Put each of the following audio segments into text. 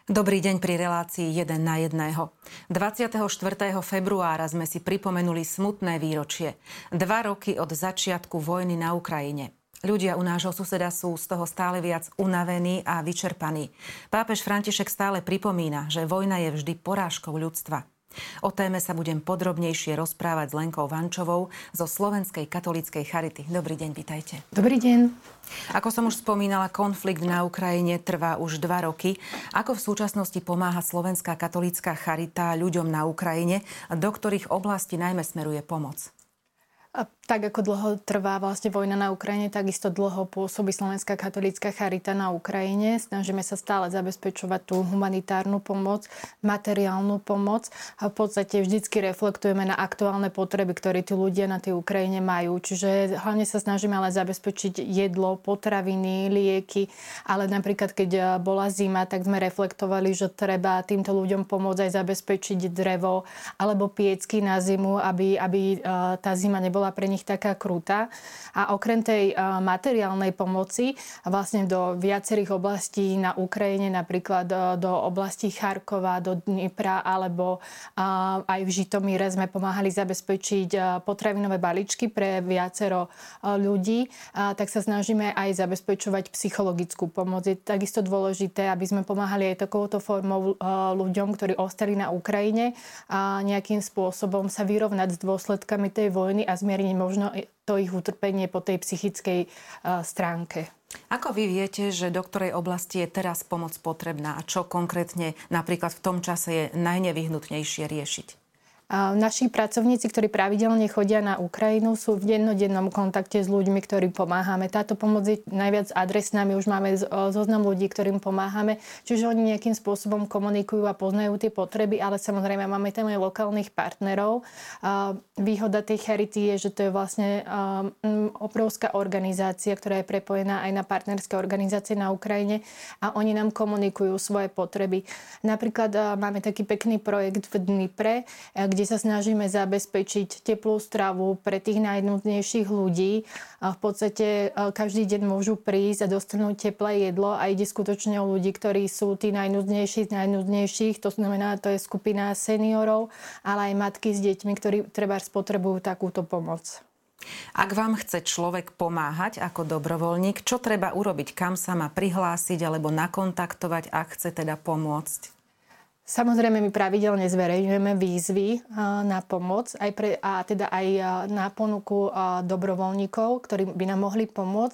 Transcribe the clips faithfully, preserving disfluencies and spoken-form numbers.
Dobrý deň pri relácii jeden na jedného. dvadsiateho štvrtého februára sme si pripomenuli smutné výročie. Dva roky od začiatku vojny na Ukrajine. Ľudia u nášho suseda sú z toho stále viac unavení a vyčerpaní. Pápež František stále pripomína, že vojna je vždy porážkou ľudstva. O téme sa budem podrobnejšie rozprávať s Lenkou Vančovou zo Slovenskej katolíckej charity. Dobrý deň, vitajte. Dobrý deň. Ako som už spomínala, konflikt na Ukrajine trvá už dva roky. Ako v súčasnosti pomáha Slovenská katolícka charita ľuďom na Ukrajine, do ktorých oblastí najmä smeruje pomoc? A tak ako dlho trvá vlastne vojna na Ukrajine, takisto dlho pôsobí Slovenská katolícka charita na Ukrajine. Snažíme sa stále zabezpečovať tú humanitárnu pomoc, materiálnu pomoc a v podstate vždycky reflektujeme na aktuálne potreby, ktoré tí ľudia na tej Ukrajine majú. Čiže hlavne sa snažíme ale zabezpečiť jedlo, potraviny, lieky, ale napríklad keď bola zima, tak sme reflektovali, že treba týmto ľuďom pomôcť aj zabezpečiť drevo alebo piecky na zimu, aby, aby tá zima nebola bola pre nich taká krutá. A okrem tej uh, materiálnej pomoci vlastne do viacerých oblastí na Ukrajine, napríklad uh, do oblasti Charkova, do Dnipra alebo uh, aj v Žitomíre sme pomáhali zabezpečiť uh, potravinové balíčky pre viacero uh, ľudí, uh, tak sa snažíme aj zabezpečovať psychologickú pomoc. Je takisto dôležité, aby sme pomáhali aj takouto formou uh, ľuďom, ktorí ostali na Ukrajine a nejakým spôsobom sa vyrovnať s dôsledkami tej vojny a zmierniť možno to ich utrpenie po tej psychickej uh, stránke. Ako vy viete, že do ktorej oblasti je teraz pomoc potrebná a čo konkrétne napríklad v tom čase je najnevyhnutnejšie riešiť? Naši pracovníci, ktorí pravidelne chodia na Ukrajinu, sú v dennodennom kontakte s ľuďmi, ktorým pomáhame. Táto pomoc je najviac adresná. My už máme zoznam ľudí, ktorým pomáhame. Čiže oni nejakým spôsobom komunikujú a poznajú tie potreby, ale samozrejme máme tam aj lokálnych partnerov. Výhoda tej charity je, že to je vlastne obrovská organizácia, ktorá je prepojená aj na partnerské organizácie na Ukrajine a oni nám komunikujú svoje potreby. Napríklad máme taký pekný projekt v Dnipre, kde kde sa snažíme zabezpečiť teplú stravu pre tých najnúdnejších ľudí. A v podstate každý deň môžu prísť a dostanú teplé jedlo a ide skutočne o ľudí, ktorí sú tí najnúdnejší z najnúdnejších. To znamená, to je skupina seniorov, ale aj matky s deťmi, ktorí trebárs potrebujú takúto pomoc. Ak vám chce človek pomáhať ako dobrovoľník, čo treba urobiť? Kam sa má prihlásiť alebo nakontaktovať, ak chce teda pomôcť? Samozrejme, my pravidelne zverejňujeme výzvy na pomoc aj pre, a teda aj na ponuku dobrovoľníkov, ktorí by nám mohli pomôcť.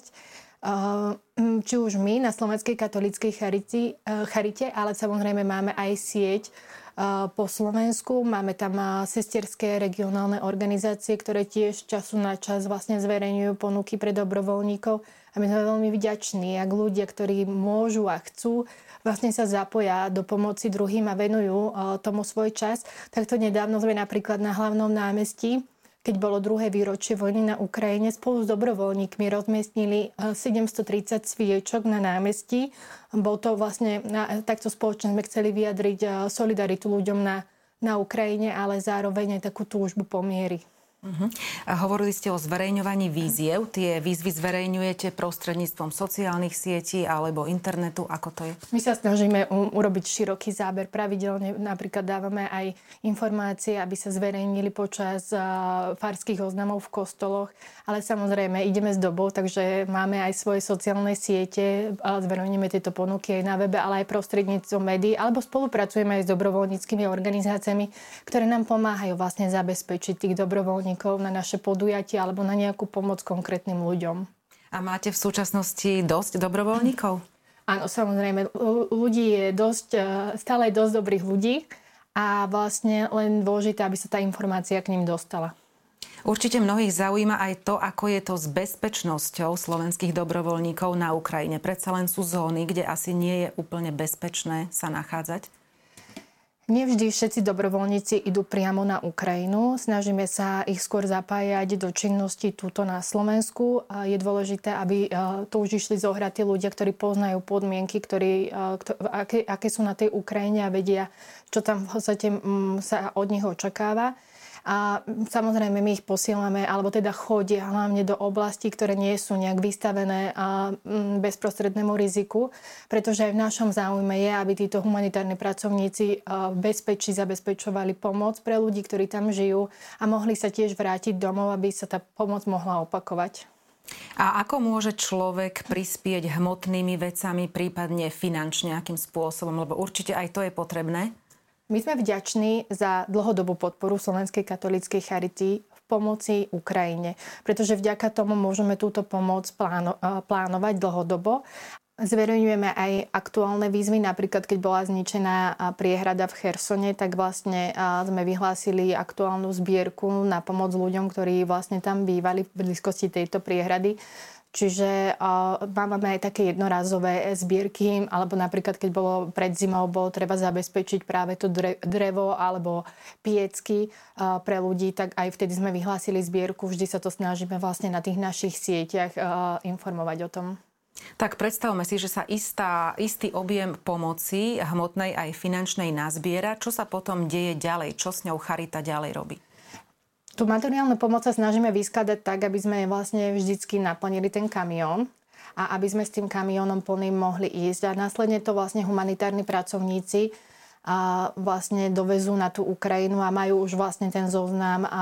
Či už my na Slovenskej katolíckej charite, ale samozrejme máme aj sieť po Slovensku. Máme tam sesterské regionálne organizácie, ktoré tiež času na čas vlastne zverejňujú ponuky pre dobrovoľníkov. A my sme veľmi vďační, ak ľudia, ktorí môžu a chcú, vlastne sa zapoja do pomoci druhým a venujú tomu svoj čas. Takto nedávno sme napríklad na Hlavnom námestí, keď bolo druhé výročie vojny na Ukrajine, spolu s dobrovoľníkmi rozmiestnili sedemstotridsať sviečok na námestí. Bol to vlastne, takto spoločne sme chceli vyjadriť solidaritu ľuďom na, na Ukrajine, ale zároveň aj takú túžbu po miery. Uh-huh. A hovorili ste o zverejňovaní výziev. Tie výzvy zverejňujete prostredníctvom sociálnych sietí alebo internetu. Ako to je? My sa snažíme u- urobiť široký záber. Pravidelne napríklad dávame aj informácie, aby sa zverejnili počas uh, farských oznamov v kostoloch. Ale samozrejme ideme s dobou, takže máme aj svoje sociálne siete. Zverejňujeme tieto ponuky aj na webe, ale aj prostredníctvom médií. Alebo spolupracujeme aj s dobrovoľníckymi organizáciami, ktoré nám pomáhajú vlastne zabezpečiť tých dobrovoľníkov na naše podujatia alebo na nejakú pomoc konkrétnym ľuďom. A máte v súčasnosti dosť dobrovoľníkov? Áno, samozrejme. Ľudí je dosť, stále je dosť dobrých ľudí a vlastne len dôležité, aby sa tá informácia k ním dostala. Určite mnohých zaujíma aj to, ako je to s bezpečnosťou slovenských dobrovoľníkov na Ukrajine. Predsa len sú zóny, kde asi nie je úplne bezpečné sa nachádzať. Nevždy všetci dobrovoľníci idú priamo na Ukrajinu. Snažíme sa ich skôr zapájať do činnosti túto na Slovensku. Je dôležité, aby to už išli zohrať tí ľudia, ktorí poznajú podmienky, ktorí, aké, aké sú na tej Ukrajine a vedia, čo tam v podstate sa od nich očakáva. A samozrejme my ich posielame, alebo teda chodia hlavne do oblastí, ktoré nie sú nejak vystavené a bezprostrednému riziku, pretože aj v našom záujme je, aby títo humanitárni pracovníci v bezpečí zabezpečovali pomoc pre ľudí, ktorí tam žijú a mohli sa tiež vrátiť domov, aby sa tá pomoc mohla opakovať. A ako môže človek prispieť hmotnými vecami, prípadne finančne akým spôsobom? Lebo určite aj to je potrebné. My sme vďační za dlhodobú podporu Slovenskej katolíckej charity v pomoci Ukrajine, pretože vďaka tomu môžeme túto pomoc pláno, plánovať dlhodobo. Zverejňujeme aj aktuálne výzvy, napríklad keď bola zničená priehrada v Chersone, tak vlastne sme vyhlásili aktuálnu zbierku na pomoc ľuďom, ktorí vlastne tam bývali v blízkosti tejto priehrady. Čiže uh, máme aj také jednorazové zbierky, alebo napríklad, keď bolo pred zimou, bolo treba zabezpečiť práve to drevo alebo piecky uh, pre ľudí, tak aj vtedy sme vyhlásili zbierku. Vždy sa to snažíme vlastne na tých našich sieťach uh, informovať o tom. Tak predstavme si, že sa istá, istý objem pomoci, hmotnej aj finančnej, nazbiera. Čo sa potom deje ďalej? Čo s ňou charita ďalej robí? Tú materiálnu pomoc sa snažíme vyskladať tak, aby sme vlastne vždycky naplnili ten kamión a aby sme s tým kamiónom plným mohli ísť. A následne to vlastne humanitárni pracovníci a vlastne dovezú na tú Ukrajinu a majú už vlastne ten zoznam a, a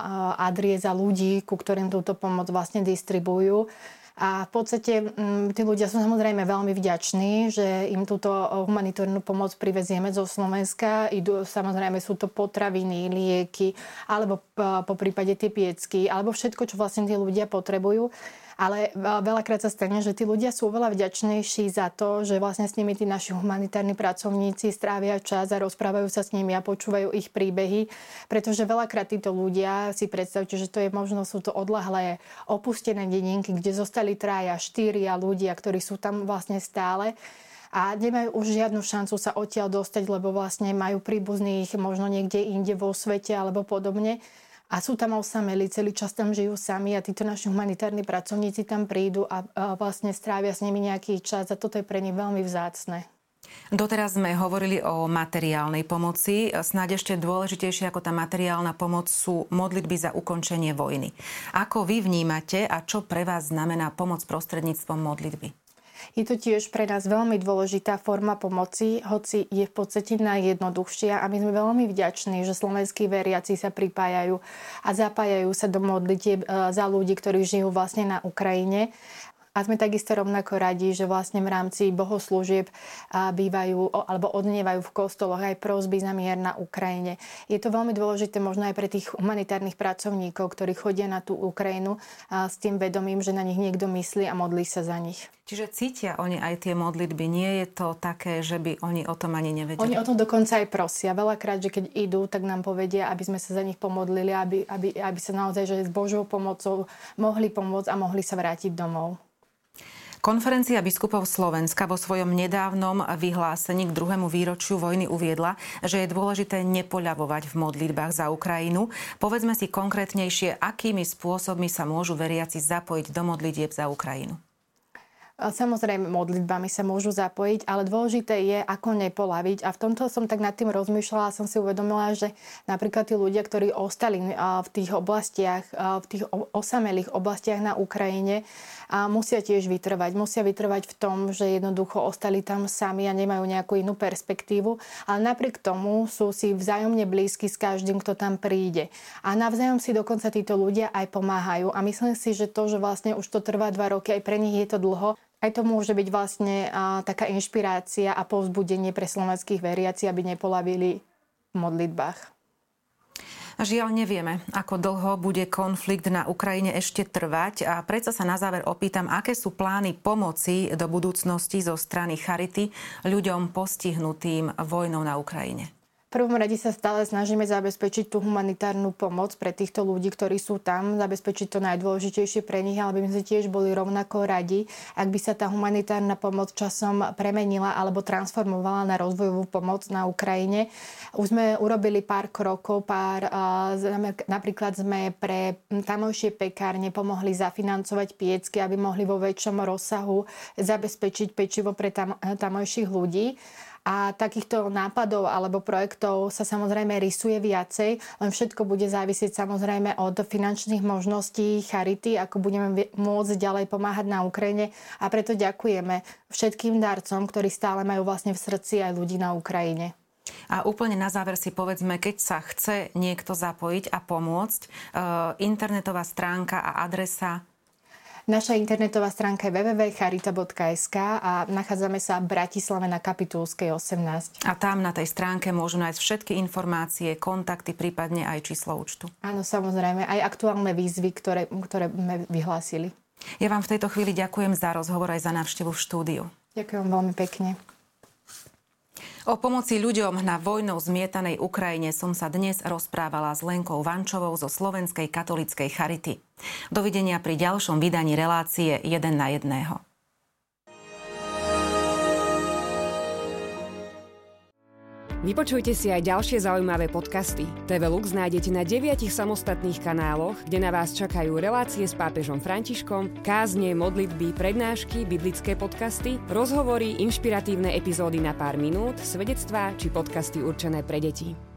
adries a ľudí, ku ktorým túto pomoc vlastne distribujú. A v podstate tí ľudia sú samozrejme veľmi vďační, že im túto humanitárnu pomoc privezieme zo Slovenska. Idú, samozrejme sú to potraviny, lieky, alebo po prípade tie piecky, alebo všetko, čo vlastne tí ľudia potrebujú. Ale veľakrát sa stane, že tí ľudia sú veľa vďačnejší za to, že vlastne s nimi tí naši humanitárni pracovníci strávia čas a rozprávajú sa s nimi a počúvajú ich príbehy. Pretože veľakrát títo ľudia, si predstavte, že to je možno, sú to odľahlé opustené dedinky, kde zostali traja, štyria ľudia, ktorí sú tam vlastne stále a nemajú už žiadnu šancu sa odtiaľ dostať, lebo vlastne majú príbuzných možno niekde inde vo svete alebo podobne. A sú tam osamelí, celý čas tam žijú sami a títo naši humanitárni pracovníci tam prídu a, a vlastne strávia s nimi nejaký čas a toto je pre nich veľmi vzácne. Doteraz sme hovorili o materiálnej pomoci. Snáď ešte dôležitejšie ako tá materiálna pomoc sú modlitby za ukončenie vojny. Ako vy vnímate a čo pre vás znamená pomoc prostredníctvom modlitby? Je to tiež pre nás veľmi dôležitá forma pomoci, hoci je v podstate najjednoduchšia a my sme veľmi vďační, že slovenskí veriaci sa pripájajú a zapájajú sa do modlitieb za ľudí, ktorí žijú vlastne na Ukrajine. A sme takisto rovnako radi, že vlastne v rámci bohoslúžieb bývajú alebo odnievajú v kostoloch aj prosby za mier na Ukrajine. Je to veľmi dôležité možno aj pre tých humanitárnych pracovníkov, ktorí chodia na tú Ukrajinu s tým vedomím, že na nich niekto myslí a modlí sa za nich. Čiže cítia oni aj tie modlitby. Nie je to také, že by oni o tom ani nevedeli? Oni o tom dokonca aj prosia. Veľakrát, že keď idú, tak nám povedia, aby sme sa za nich pomodlili, aby, aby, aby sa naozaj že s Božou pomocou mohli pomôcť a mohli sa vrátiť domov. Konferencia biskupov Slovenska vo svojom nedávnom vyhlásení k druhému výročiu vojny uviedla, že je dôležité nepoľavovať v modlitbách za Ukrajinu. Povedzme si konkrétnejšie, akými spôsobmi sa môžu veriaci zapojiť do modlitieb za Ukrajinu. Samozrejme, modlitbami sa môžu zapojiť, ale dôležité je, ako nepolaviť. A v tomto som tak nad tým rozmýšľala a som si uvedomila, že napríklad tí ľudia, ktorí ostali v tých oblastiach, v tých osamelých oblastiach na Ukrajine, musia tiež vytrvať. Musia vytrvať v tom, že jednoducho ostali tam sami a nemajú nejakú inú perspektívu. Ale napriek tomu sú si vzájomne blízky s každým, kto tam príde. A navzájom si dokonca títo ľudia aj pomáhajú. A myslím si, že to, že vlastne už to trvá dva roky, aj pre nich je to dlho, aj to môže byť vlastne a, taká inšpirácia a povzbudenie pre slovenských veriaci, aby nepolavili v modlitbách. Žiaľ, nevieme, ako dlho bude konflikt na Ukrajine ešte trvať a predsa sa na záver opýtam, aké sú plány pomoci do budúcnosti zo strany Charity ľuďom postihnutým vojnou na Ukrajine. V prvom rade sa stále snažíme zabezpečiť tú humanitárnu pomoc pre týchto ľudí, ktorí sú tam, zabezpečiť to najdôležitejšie pre nich, ale by sme tiež boli rovnako radi, ak by sa tá humanitárna pomoc časom premenila alebo transformovala na rozvojovú pomoc na Ukrajine. Už sme urobili pár krokov, pár, napríklad sme pre tamojšie pekárne pomohli zafinancovať piecky, aby mohli vo väčšom rozsahu zabezpečiť pečivo pre tam, tamojších ľudí. A takýchto nápadov alebo projektov sa samozrejme rysuje viacej, len všetko bude závisieť samozrejme od finančných možností charity, ako budeme môcť ďalej pomáhať na Ukrajine. A preto ďakujeme všetkým darcom, ktorí stále majú vlastne v srdci aj ľudí na Ukrajine. A úplne na záver si povedzme, keď sa chce niekto zapojiť a pomôcť, internetová stránka a adresa. Naša internetová stránka je w w w bodka charita bodka es ka a nachádzame sa v Bratislave na Kapitulskej osemnásť. A tam na tej stránke môžu nájsť všetky informácie, kontakty, prípadne aj číslo účtu. Áno, samozrejme, aj aktuálne výzvy, ktoré, ktoré sme vyhlásili. Ja vám v tejto chvíli ďakujem za rozhovor aj za návštevu v štúdiu. Ďakujem veľmi pekne. O pomoci ľuďom na vojnou zmietanej Ukrajine som sa dnes rozprávala s Lenkou Vančovou zo Slovenskej katolíckej charity. Dovidenia pri ďalšom vydaní relácie jeden na jedného. Vypočujte si aj ďalšie zaujímavé podcasty. té vé Lux nájdete na deviatich samostatných kanáloch, kde na vás čakajú relácie s pápežom Františkom, kázne, modlitby, prednášky, biblické podcasty, rozhovory, inšpiratívne epizódy na pár minút, svedectvá či podcasty určené pre deti.